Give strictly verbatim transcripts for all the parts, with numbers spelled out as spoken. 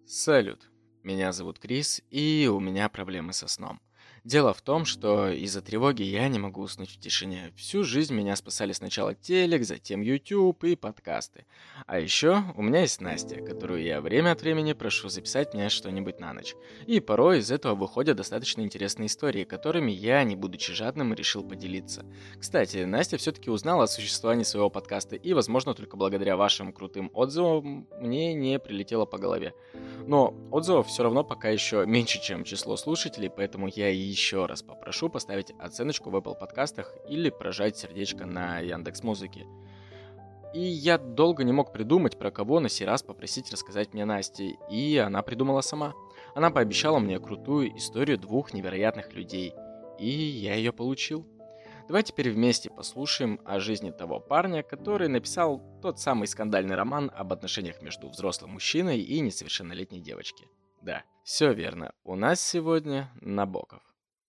Салют, меня зовут Крис, и у меня проблемы со сном. Дело в том, что из-за тревоги я не могу уснуть в тишине. Всю жизнь меня спасали сначала телек, затем YouTube и подкасты. А еще у меня есть Настя, которую я время от времени прошу записать мне что-нибудь на ночь. И порой из этого выходят достаточно интересные истории, которыми я, не будучи жадным, решил поделиться. Кстати, Настя все-таки узнала о существовании своего подкаста, и, возможно, только благодаря вашим крутым отзывам мне не прилетело по голове. Но отзывов все равно пока еще меньше, чем число слушателей, поэтому я еще раз попрошу поставить оценочку в Apple подкастах или прожать сердечко на Яндекс.Музыке. И я долго не мог придумать, про кого на сей раз попросить рассказать мне Насте, и она придумала сама. Она пообещала мне крутую историю двух невероятных людей, и я ее получил. Давай теперь вместе послушаем о жизни того парня, который написал тот самый скандальный роман об отношениях между взрослым мужчиной и несовершеннолетней девочкой. Да, все верно, у нас сегодня Набоков.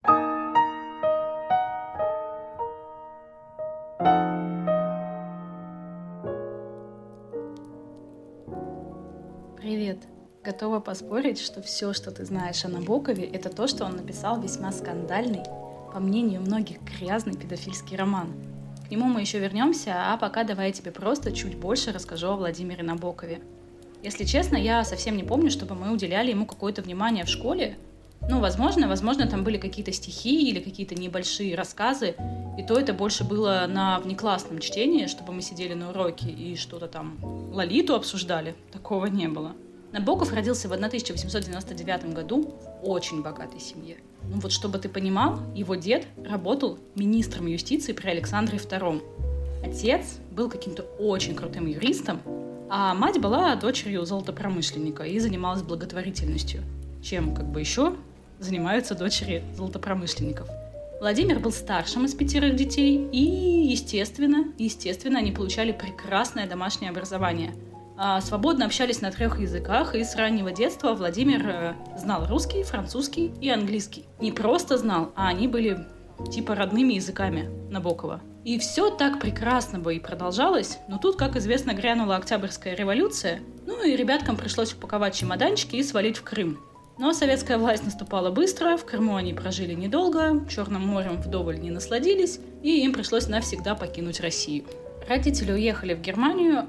Привет! Готова поспорить, что все, что ты знаешь о Набокове, это то, что он написал весьма скандальный, по мнению многих, грязный педофильский роман. К нему мы еще вернемся, а пока давай я тебе просто чуть больше расскажу о Владимире Набокове. Если честно, я совсем не помню, чтобы мы уделяли ему какое-то внимание в школе. Ну, возможно, возможно, там были какие-то стихи или какие-то небольшие рассказы, и то это больше было на внеклассном чтении, чтобы мы сидели на уроке и что-то там Лолиту обсуждали. Такого не было. Набоков родился в тысяча восемьсот девяносто девятом году в очень богатой семье. Ну вот, чтобы ты понимал, его дед работал министром юстиции при Александре втором. Отец был каким-то очень крутым юристом, а мать была дочерью золотопромышленника и занималась благотворительностью, чем как бы еще занимаются дочери золотопромышленников. Владимир был старшим из пятерых детей, и, естественно, естественно, они получали прекрасное домашнее образование. Свободно общались на трех языках, и с раннего детства Владимир знал русский, французский и английский. Не просто знал, а они были типа родными языками Набокова. И все так прекрасно бы и продолжалось, но тут, как известно, грянула Октябрьская революция, ну и ребяткам пришлось упаковать чемоданчики и свалить в Крым. Но советская власть наступала быстро, в Крыму они прожили недолго, Черным морем вдоволь не насладились, и им пришлось навсегда покинуть Россию. Родители уехали в Германию,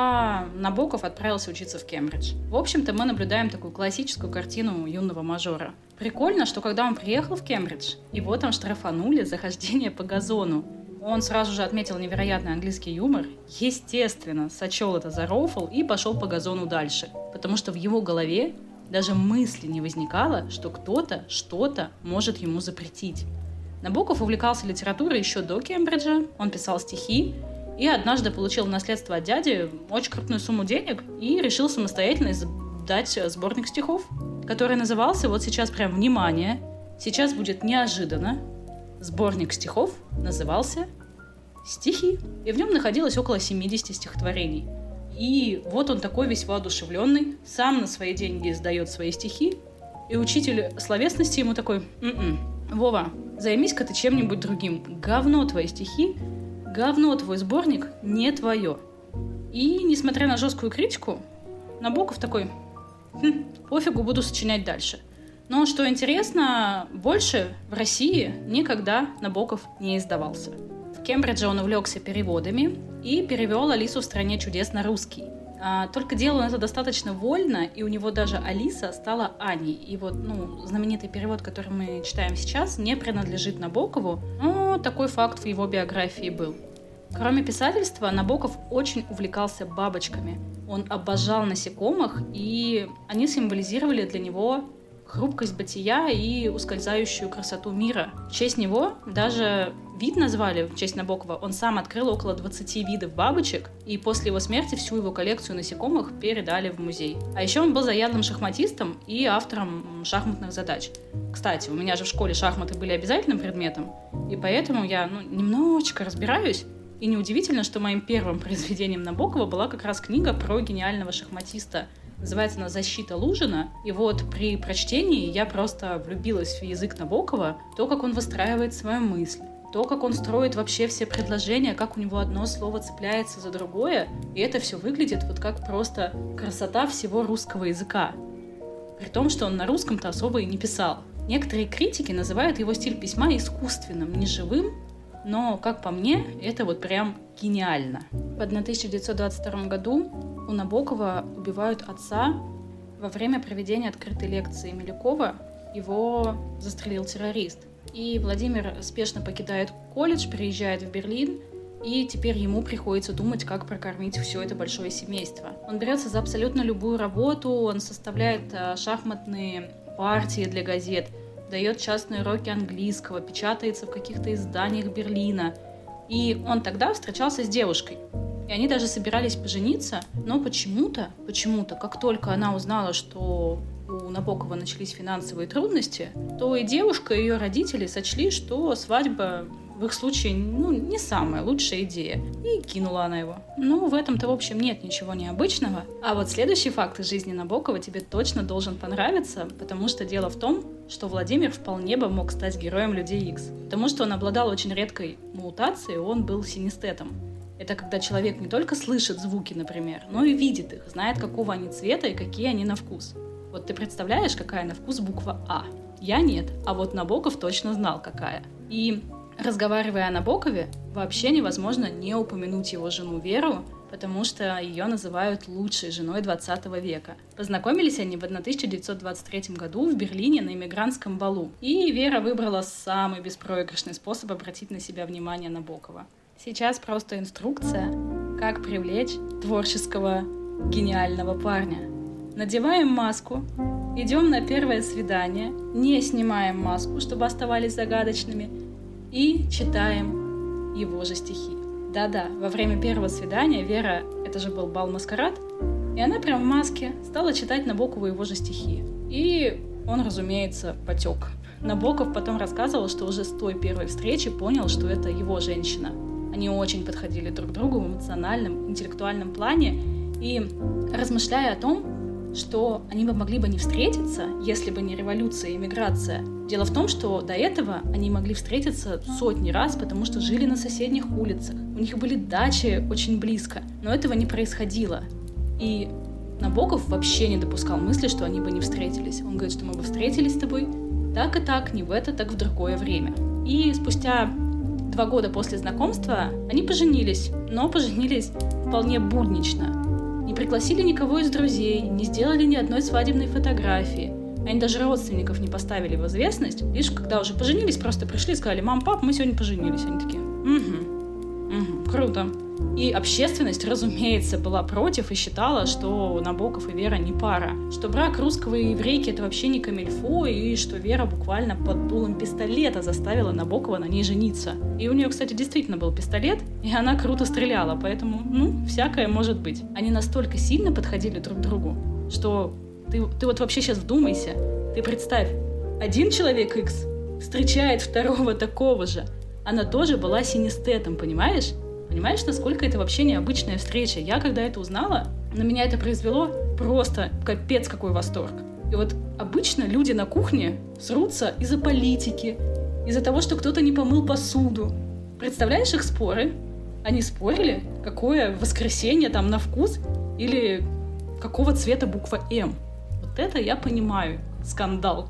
а Набоков отправился учиться в Кембридж. В общем-то, мы наблюдаем такую классическую картину юного мажора. Прикольно, что когда он приехал в Кембридж, его там штрафанули за хождение по газону. Он сразу же отметил невероятный английский юмор, естественно, сочел это за рофл и пошел по газону дальше, потому что в его голове даже мысли не возникало, что кто-то что-то может ему запретить. Набоков увлекался литературой еще до Кембриджа, он писал стихи, и однажды получил в наследство от дяди очень крупную сумму денег и решил самостоятельно издать сборник стихов, который назывался, вот сейчас прям внимание, сейчас будет неожиданно, сборник стихов назывался «Стихи», и в нем находилось около семьдесят стихотворений. И вот он такой весь воодушевленный, сам на свои деньги издает свои стихи, и учитель словесности ему такой: «М-м, Вова, займись-ка ты чем-нибудь другим, говно твои стихи, говно твой сборник не твое». И, несмотря на жесткую критику, Набоков такой: хм, пофигу, буду сочинять дальше. Но, что интересно, больше в России никогда Набоков не издавался. В Кембридже он увлекся переводами и перевел «Алису в стране чудес» на русский. А, только делал он это достаточно вольно, и у него даже Алиса стала Аней. И вот, ну, знаменитый перевод, который мы читаем сейчас, не принадлежит Набокову, но такой факт в его биографии был. Кроме писательства, Набоков очень увлекался бабочками. Он обожал насекомых, и они символизировали для него хрупкость бытия и ускользающую красоту мира. В честь него даже вид назвали, в честь Набокова. Он сам открыл около двадцати видов бабочек, и после его смерти всю его коллекцию насекомых передали в музей. А еще он был заядлым шахматистом и автором шахматных задач. Кстати, у меня же в школе шахматы были обязательным предметом, и поэтому я ну, немножечко разбираюсь. И неудивительно, что моим первым произведением Набокова была как раз книга про гениального шахматиста. Называется она «Защита Лужина». И вот при прочтении я просто влюбилась в язык Набокова, то, как он выстраивает свою мысль, то, как он строит вообще все предложения, как у него одно слово цепляется за другое, и это все выглядит вот как просто красота всего русского языка. при том, что он на русском-то особо и не писал. Некоторые критики называют его стиль письма искусственным, неживым, но, как по мне, это вот прям гениально. В тысяча девятьсот двадцать втором году у Набокова убивают отца во время проведения открытой лекции Милюкова. Его застрелил террорист. И Владимир спешно покидает колледж, переезжает в Берлин, и теперь ему приходится думать, как прокормить все это большое семейство. Он берется за абсолютно любую работу, он составляет а, шахматные партии для газет, дает частные уроки английского, печатается в каких-то изданиях Берлина. И он тогда встречался с девушкой. И они даже собирались пожениться, но почему-то, почему-то, как только она узнала, что у Набокова начались финансовые трудности, то и девушка, и ее родители сочли, что свадьба в их случае ну, не самая лучшая идея. И кинула она его. Ну, в этом-то, в общем, нет ничего необычного. А вот следующий факт из жизни Набокова тебе точно должен понравиться, потому что дело в том, что Владимир вполне бы мог стать героем Людей Икс. Потому что он обладал очень редкой мутацией, он был синестетом. Это когда человек не только слышит звуки, например, но и видит их, знает, какого они цвета и какие они на вкус. Вот ты представляешь, какая на вкус буква А? Я нет, а вот Набоков точно знал, какая. И разговаривая о Набокове, вообще невозможно не упомянуть его жену Веру, потому что ее называют лучшей женой двадцатого века. Познакомились они в тысяча девятьсот двадцать третьем году в Берлине на эмигрантском балу. И Вера выбрала самый беспроигрышный способ обратить на себя внимание Набокова. Сейчас просто инструкция, как привлечь творческого гениального парня. Надеваем маску, идем на первое свидание, не снимаем маску, чтобы оставались загадочными, и читаем его же стихи. Да-да, во время первого свидания Вера, это же был бал-маскарад, и она прям в маске стала читать Набокову его же стихи. И он, разумеется, потек. Набоков потом рассказывал, что уже с той первой встречи понял, что это его женщина. Они очень подходили друг к другу в эмоциональном, интеллектуальном плане, и размышляя о том, что они бы могли бы не встретиться, если бы не революция и эмиграция. Дело в том, что до этого они могли встретиться сотни раз, потому что жили на соседних улицах. У них были дачи очень близко, но этого не происходило. И Набоков вообще не допускал мысли, что они бы не встретились. Он говорит, что мы бы встретились с тобой так и так, не в это, так в другое время. И спустя два года после знакомства они поженились, но поженились вполне буднично. Не пригласили никого из друзей, не сделали ни одной свадебной фотографии. Они даже родственников не поставили в известность. Лишь когда уже поженились, просто пришли и сказали: «Мам, пап, мы сегодня поженились». Они такие: «Угу, угу, круто». И общественность, разумеется, была против и считала, что Набоков и Вера не пара, что брак русского и еврейки — это вообще не камильфо, и что Вера буквально под дулом пистолета заставила Набокова на ней жениться. И у нее, кстати, действительно был пистолет, и она круто стреляла, поэтому, ну, всякое может быть. Они настолько сильно подходили друг к другу, что ты, ты вот вообще сейчас вдумайся, ты представь, один человек Икс встречает второго такого же, она тоже была синестетом, понимаешь? Понимаешь, насколько это вообще необычная встреча? Я, когда это узнала, на меня это произвело просто капец какой восторг. И вот обычно люди на кухне срутся из-за политики, из-за того, что кто-то не помыл посуду. Представляешь их споры? Они спорили, какое воскресенье там на вкус или какого цвета буква М. Вот это я понимаю. Скандал.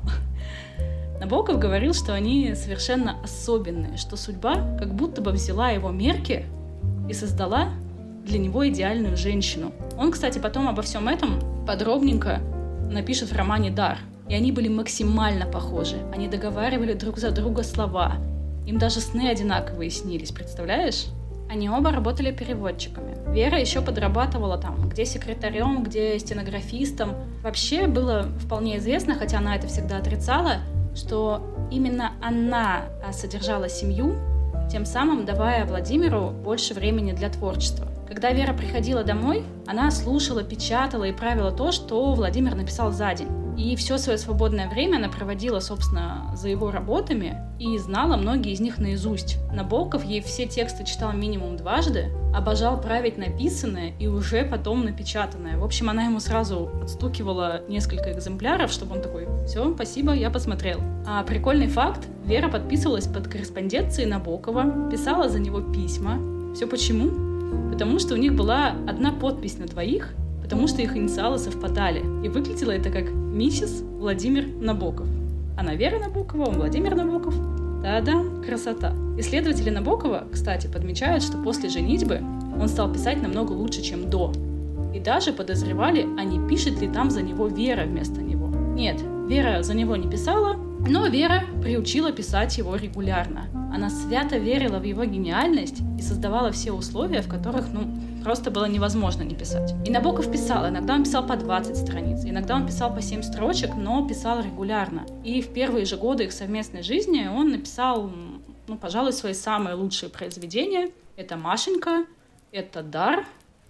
Набоков говорил, что они совершенно особенные, что судьба как будто бы взяла его мерки и создала для него идеальную женщину. Он, кстати, потом обо всем этом подробненько напишет в романе «Дар». И они были максимально похожи. Они договаривали друг за друга слова. Им даже сны одинаковые снились, представляешь? Они оба работали переводчиками. Вера еще подрабатывала там, где секретарем, где стенографистом. Вообще было вполне известно, хотя она это всегда отрицала, что именно она содержала семью, тем самым давая Владимиру больше времени для творчества. Когда Вера приходила домой, она слушала, печатала и правила то, что Владимир написал за день. И все свое свободное время она проводила, собственно, за его работами и знала многие из них наизусть. Набоков ей все тексты читал минимум дважды, обожал править написанное и уже потом напечатанное. В общем, она ему сразу отстукивала несколько экземпляров, чтобы он такой: «Все, спасибо, я посмотрел». А прикольный факт: Вера подписывалась под корреспонденцией Набокова, писала за него письма. Все почему? Потому что у них была одна подпись на двоих, потому что их инициалы совпадали. И выглядело это как миссис Владимир Набоков. Она Вера Набокова, он Владимир Набоков. Та-дам, красота. Исследователи Набокова, кстати, подмечают, что после женитьбы он стал писать намного лучше, чем до. И даже подозревали, а не пишет ли там за него Вера вместо него. Нет, Вера за него не писала, но Вера приучила писать его регулярно. Она свято верила в его гениальность и создавала все условия, в которых, ну, просто было невозможно не писать. И Набоков писал. Иногда он писал по двадцать страниц, иногда он писал по семь строчек, но писал регулярно. И в первые же годы их совместной жизни он написал, ну, пожалуй, свои самые лучшие произведения. Это «Машенька», это «Дар»,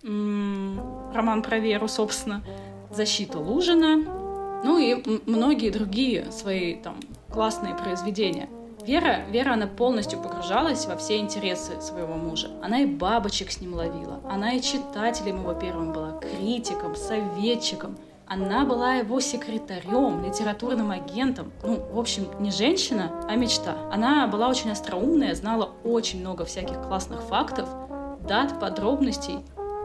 м-м, роман про Веру, собственно, «Защита Лужина», ну и м- многие другие свои там классные произведения. Вера, Вера, она полностью погружалась во все интересы своего мужа. Она и бабочек с ним ловила, она и читателем его первым была, критиком, советчиком. Она была его секретарем, литературным агентом. Ну, в общем, не женщина, а мечта. Она была очень остроумная, знала очень много всяких классных фактов, дат, подробностей.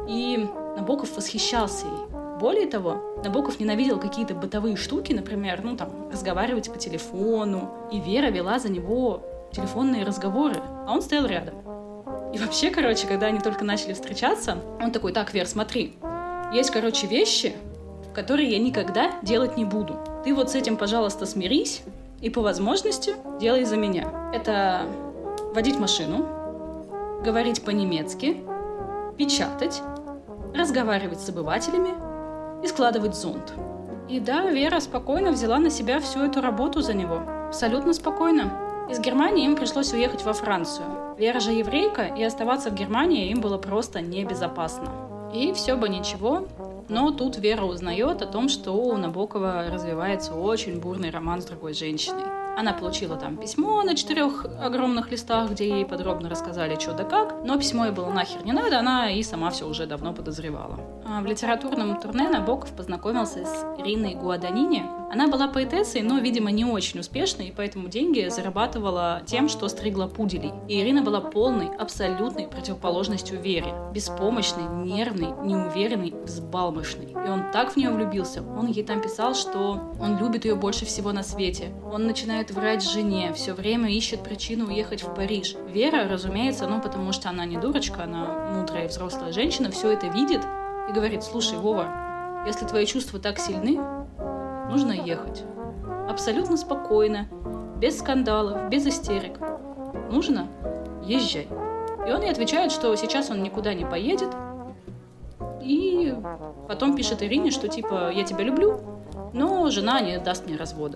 И Набоков восхищался ей. Более того, Набоков ненавидел какие-то бытовые штуки, например, ну там, разговаривать по телефону. И Вера вела за него телефонные разговоры, а он стоял рядом. И вообще, короче, когда они только начали встречаться, он такой: так, Вер, смотри, есть, короче, вещи, которые я никогда делать не буду. Ты вот с этим, пожалуйста, смирись и по возможности делай за меня. Это водить машину, говорить по-немецки, печатать, разговаривать с обывателями и складывать зонт. И да, Вера спокойно взяла на себя всю эту работу за него. Абсолютно спокойно. Из Германии им пришлось уехать во Францию. Вера же еврейка, и оставаться в Германии им было просто небезопасно. И все бы ничего, но тут Вера узнает о том, что у Набокова развивается очень бурный роман с другой женщиной. Она получила там письмо на четырех огромных листах, где ей подробно рассказали, что да как, но письмо ей было нахер не надо, она и сама все уже давно подозревала. А в литературном турне Набоков познакомился с Ириной Гуаданини. Она была поэтессой, но, видимо, не очень успешной, и поэтому деньги зарабатывала тем, что стригла пуделей. И Ирина была полной, абсолютной противоположностью Вере. Беспомощной, нервной, неуверенной, взбалмошной. И он так в нее влюбился. Он ей там писал, что он любит ее больше всего на свете. Он начинает врать жене, все время ищет причину уехать в Париж. Вера, разумеется, ну потому что она не дурочка, она мудрая и взрослая женщина, все это видит и говорит: слушай, Вова, если твои чувства так сильны, нужно ехать. Абсолютно спокойно, без скандалов, без истерик. Нужно? Езжай. И он ей отвечает, что сейчас он никуда не поедет. И потом пишет Ирине, что типа: я тебя люблю, но жена не даст мне развода.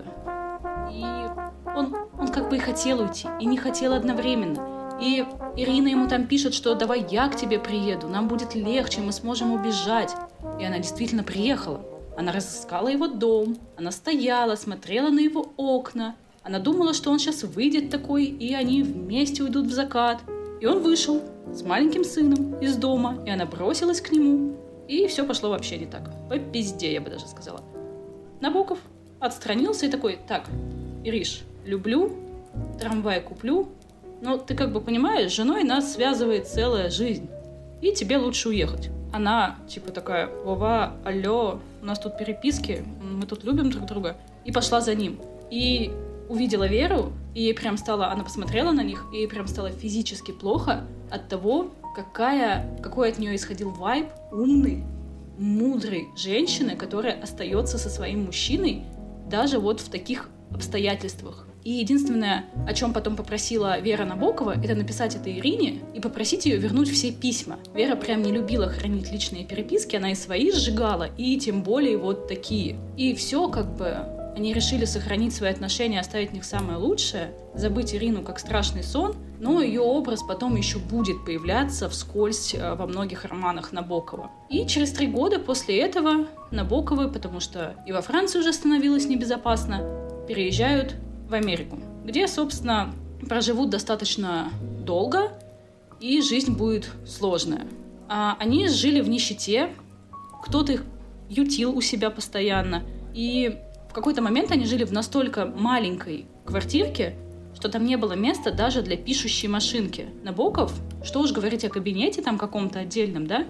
И он, он как бы и хотел уйти, и не хотел одновременно. И Ирина ему там пишет, что давай я к тебе приеду, нам будет легче, мы сможем убежать. И она действительно приехала. Она разыскала его дом, она стояла, смотрела на его окна. Она думала, что он сейчас выйдет такой, и они вместе уйдут в закат. И он вышел с маленьким сыном из дома, и она бросилась к нему. И все пошло вообще не так. По пизде, я бы даже сказала. Набоков отстранился и такой: так, Ириш, люблю, трамвай куплю, но ты как бы понимаешь, с женой нас связывает целая жизнь, и тебе лучше уехать. Она типа такая: Вова, алло, у нас тут переписки, мы тут любим друг друга. И пошла за ним. И увидела Веру, и ей прям стало, она посмотрела на них, и ей прям стало физически плохо от того, какая, какой от нее исходил вайб умный, мудрой женщины, которая остается со своим мужчиной даже вот в таких обстоятельствах. И единственное, о чем потом попросила Вера Набокова, это написать это Ирине и попросить ее вернуть все письма. Вера прям не любила хранить личные переписки, она и свои сжигала, и тем более вот такие. И все как бы... Они решили сохранить свои отношения, оставить в них самое лучшее, забыть Ирину как страшный сон, но ее образ потом еще будет появляться вскользь во многих романах Набокова. И через три года после этого Набоковы, потому что и во Франции уже становилось небезопасно, переезжают в Америку, где, собственно, проживут достаточно долго, и жизнь будет сложная. А они жили в нищете, кто-то их ютил у себя постоянно, и в какой-то момент они жили в настолько маленькой квартирке, что там не было места даже для пишущей машинки. Набоков, что уж говорить о кабинете там каком-то отдельном, да,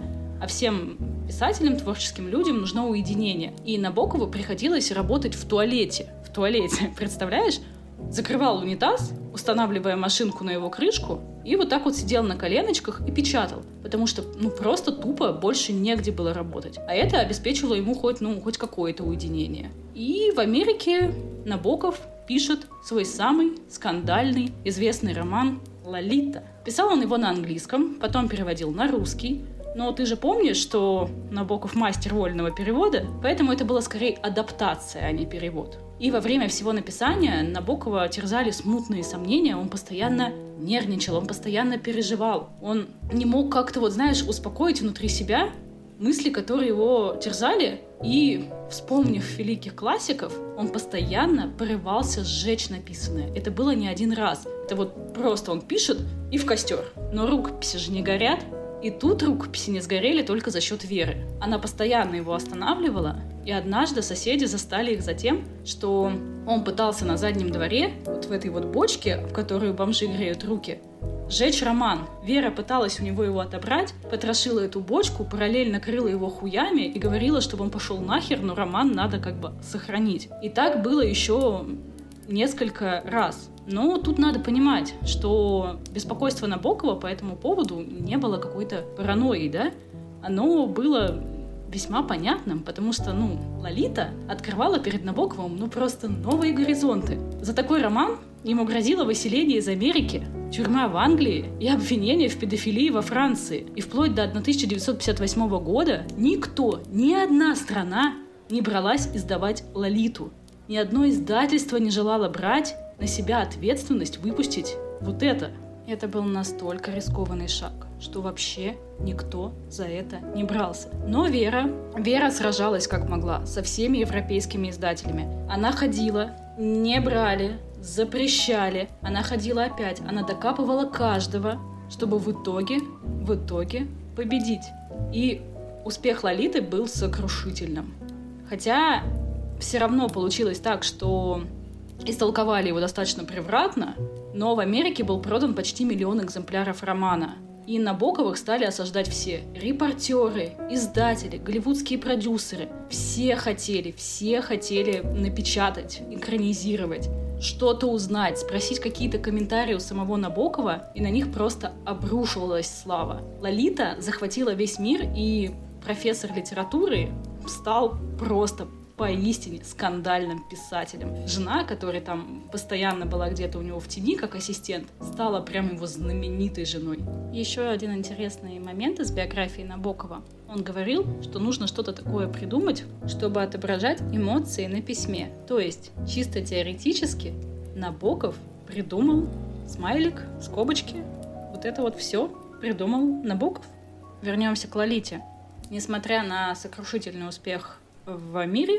а всем писателям, творческим людям нужно уединение. И Набокову приходилось работать в туалете. В туалете, представляешь? Закрывал унитаз, устанавливая машинку на его крышку, и вот так вот сидел на коленочках и печатал, потому что, ну, просто тупо больше негде было работать. А это обеспечивало ему хоть, ну, хоть какое-то уединение. И в Америке Набоков пишет свой самый скандальный, известный роман «Лолита». Писал он его на английском, потом переводил на русский. Но ты же помнишь, что Набоков мастер вольного перевода, поэтому это была скорее адаптация, а не перевод. И во время всего написания Набокова терзали смутные сомнения, он постоянно нервничал, он постоянно переживал. Он не мог как-то, вот знаешь, успокоить внутри себя мысли, которые его терзали. И, вспомнив великих классиков, он постоянно порывался сжечь написанное. Это было не один раз. Это вот просто он пишет и в костер. Но рукописи же не горят. И тут рукописи не сгорели только за счет Веры. Она постоянно его останавливала, и однажды соседи застали их за тем, что он пытался на заднем дворе, вот в этой вот бочке, в которую бомжи греют руки, сжечь роман. Вера пыталась у него его отобрать, потрошила эту бочку, параллельно крыла его хуями и говорила, чтобы он пошел нахер, но роман надо как бы сохранить. И так было еще несколько раз. Но тут надо понимать, что беспокойство Набокова по этому поводу не было какой-то паранойей, да? Оно было весьма понятным, потому что, ну, Лолита открывала перед Набоковым, ну, просто новые горизонты. За такой роман ему грозило выселение из Америки, тюрьма в Англии и обвинение в педофилии во Франции. И вплоть до тысяча девятьсот пятьдесят восьмого года никто, ни одна страна не бралась издавать Лолиту. Ни одно издательство не желало брать на себя ответственность выпустить вот это. Это был настолько рискованный шаг, что вообще никто за это не брался. Но Вера, Вера сражалась как могла со всеми европейскими издателями. Она ходила, не брали, запрещали. Она ходила опять, она докапывала каждого, чтобы в итоге, в итоге победить. И успех Лолиты был сокрушительным. Хотя все равно получилось так, что истолковали его достаточно превратно, но в Америке был продан почти миллион экземпляров романа. И Набоковых стали осаждать все. Репортеры, издатели, голливудские продюсеры. Все хотели, все хотели напечатать, экранизировать, что-то узнать, спросить какие-то комментарии у самого Набокова, и на них просто обрушивалась слава. Лолита захватила весь мир, и профессор литературы стал просто поистине скандальным писателем. Жена, которая там постоянно была где-то у него в тени как ассистент, стала прям его знаменитой женой. Еще один интересный момент из биографии Набокова. Он говорил, что нужно что-то такое придумать, чтобы отображать эмоции на письме. То есть, чисто теоретически, Набоков придумал смайлик, скобочки. Вот это вот все придумал Набоков. Вернемся к Лолите. Несмотря на сокрушительный успех в мире,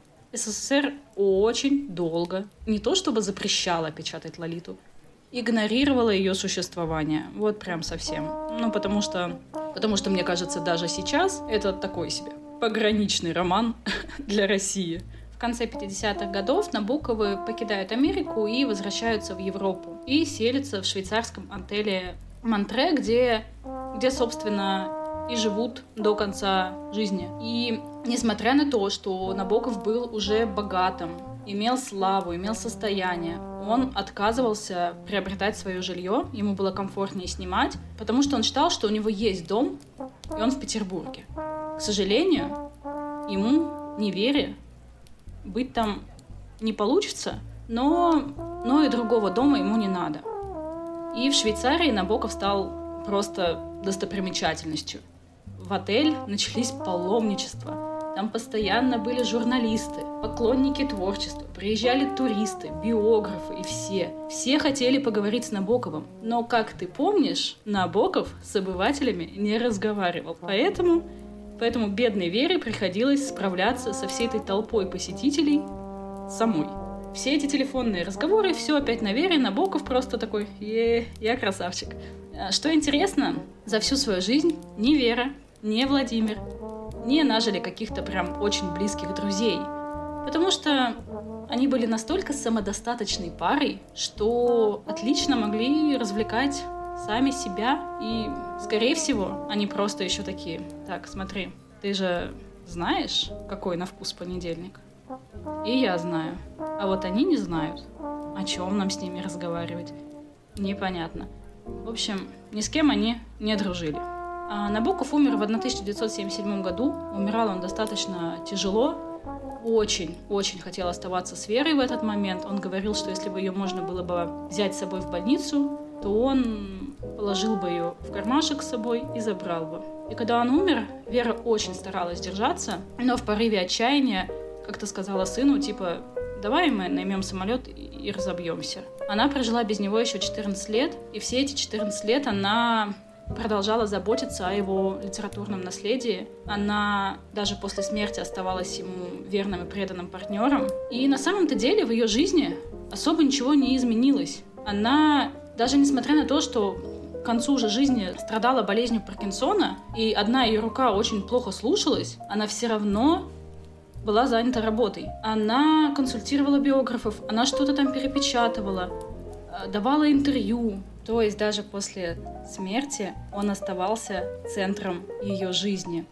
СССР очень долго, не то чтобы запрещала печатать Лолиту, игнорировала ее существование. Вот прям совсем. Ну, потому что, потому что, мне кажется, даже сейчас это такой себе пограничный роман для России. В конце пятидесятых годов Набоковы покидают Америку и возвращаются в Европу. И селятся в швейцарском отеле Монтре, где, где собственно, и живут до конца жизни. И несмотря на то, что Набоков был уже богатым, имел славу, имел состояние, он отказывался приобретать свое жилье, ему было комфортнее снимать, потому что он считал, что у него есть дом, и он в Петербурге. К сожалению, ему, не веря, быть там не получится, но, но и другого дома ему не надо. И в Швейцарии Набоков стал просто достопримечательностью. В отель начались паломничества. Там постоянно были журналисты, поклонники творчества, приезжали туристы, биографы и все. Все хотели поговорить с Набоковым. Но, как ты помнишь, Набоков с обывателями не разговаривал. Поэтому, поэтому бедной Вере приходилось справляться со всей этой толпой посетителей самой. Все эти телефонные разговоры, все опять на Вере. Набоков просто такой: е, я красавчик. Что интересно, за всю свою жизнь ни Вера, ни Владимир не нажили каких-то прям очень близких друзей. Потому что они были настолько самодостаточной парой, что отлично могли развлекать сами себя, и, скорее всего, они просто еще такие: так, смотри, ты же знаешь, какой на вкус понедельник? И я знаю. А вот они не знают. О чем нам с ними разговаривать? Непонятно. В общем, ни с кем они не дружили. А Набоков умер в тысяча девятьсот семьдесят седьмом году. Умирал он достаточно тяжело. Очень-очень хотел оставаться с Верой в этот момент. Он говорил, что если бы ее можно было бы взять с собой в больницу, то он положил бы ее в кармашек с собой и забрал бы. И когда он умер, Вера очень старалась держаться, но в порыве отчаяния как-то сказала сыну, типа: давай мы наймем самолет и разобьемся. Она прожила без него еще четырнадцать лет, и все эти четырнадцать лет она продолжала заботиться о его литературном наследии. Она даже после смерти оставалась ему верным и преданным партнером. И на самом-то деле в ее жизни особо ничего не изменилось. Она, даже несмотря на то, что к концу уже жизни страдала болезнью Паркинсона, и одна ее рука очень плохо слушалась, она все равно была занята работой. Она консультировала биографов, она что-то там перепечатывала, давала интервью. То есть даже после смерти он оставался центром ее жизни.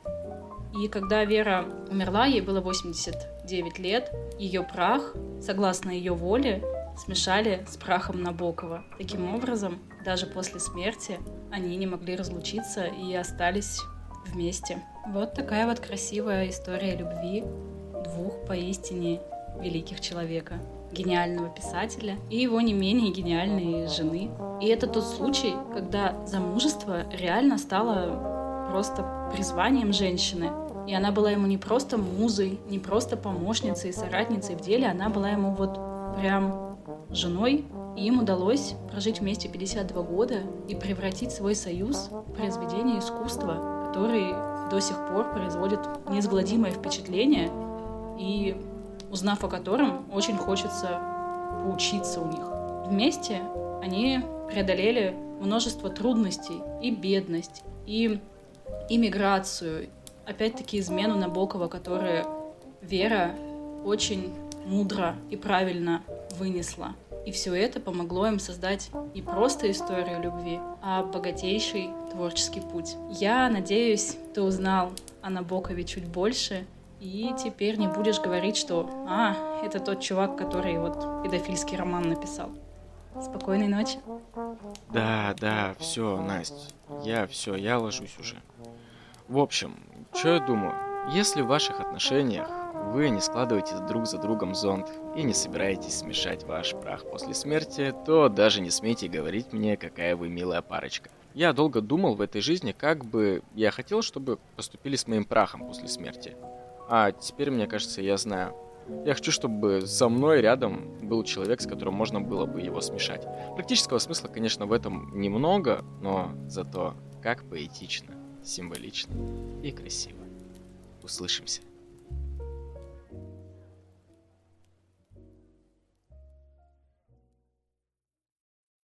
И когда Вера умерла, ей было восемьдесят девять лет, ее прах, согласно ее воле, смешали с прахом Набокова. Таким образом, даже после смерти они не могли разлучиться и остались вместе. Вот такая вот красивая история любви двух поистине великих человека. Гениального писателя и его не менее гениальной жены. И это тот случай, когда замужество реально стало просто призванием женщины. И она была ему не просто музой, не просто помощницей и соратницей в деле, она была ему вот прям женой. И им удалось прожить вместе пятьдесят два года и превратить свой союз в произведение искусства, который до сих пор производит неизгладимое впечатление, и узнав о котором, очень хочется поучиться у них. Вместе они преодолели множество трудностей, и бедность, и иммиграцию, опять-таки измену Набокова, которую Вера очень мудро и правильно вынесла. И все это помогло им создать не просто историю любви, а богатейший творческий путь. Я надеюсь, ты узнал о Набокове чуть больше, и теперь не будешь говорить, что «А, это тот чувак, который вот педофильский роман написал». Спокойной ночи. Да, да, все, Настя, я все, я ложусь уже. В общем, что я думаю, если в ваших отношениях вы не складываете друг за другом зонт и не собираетесь смешать ваш прах после смерти, то даже не смейте говорить мне, какая вы милая парочка. Я долго думал в этой жизни, как бы я хотел, чтобы поступили с моим прахом после смерти. А теперь, мне кажется, я знаю. Я хочу, чтобы со мной рядом был человек, с которым можно было бы его смешать. Практического смысла, конечно, в этом немного, но зато как поэтично, символично и красиво. Услышимся.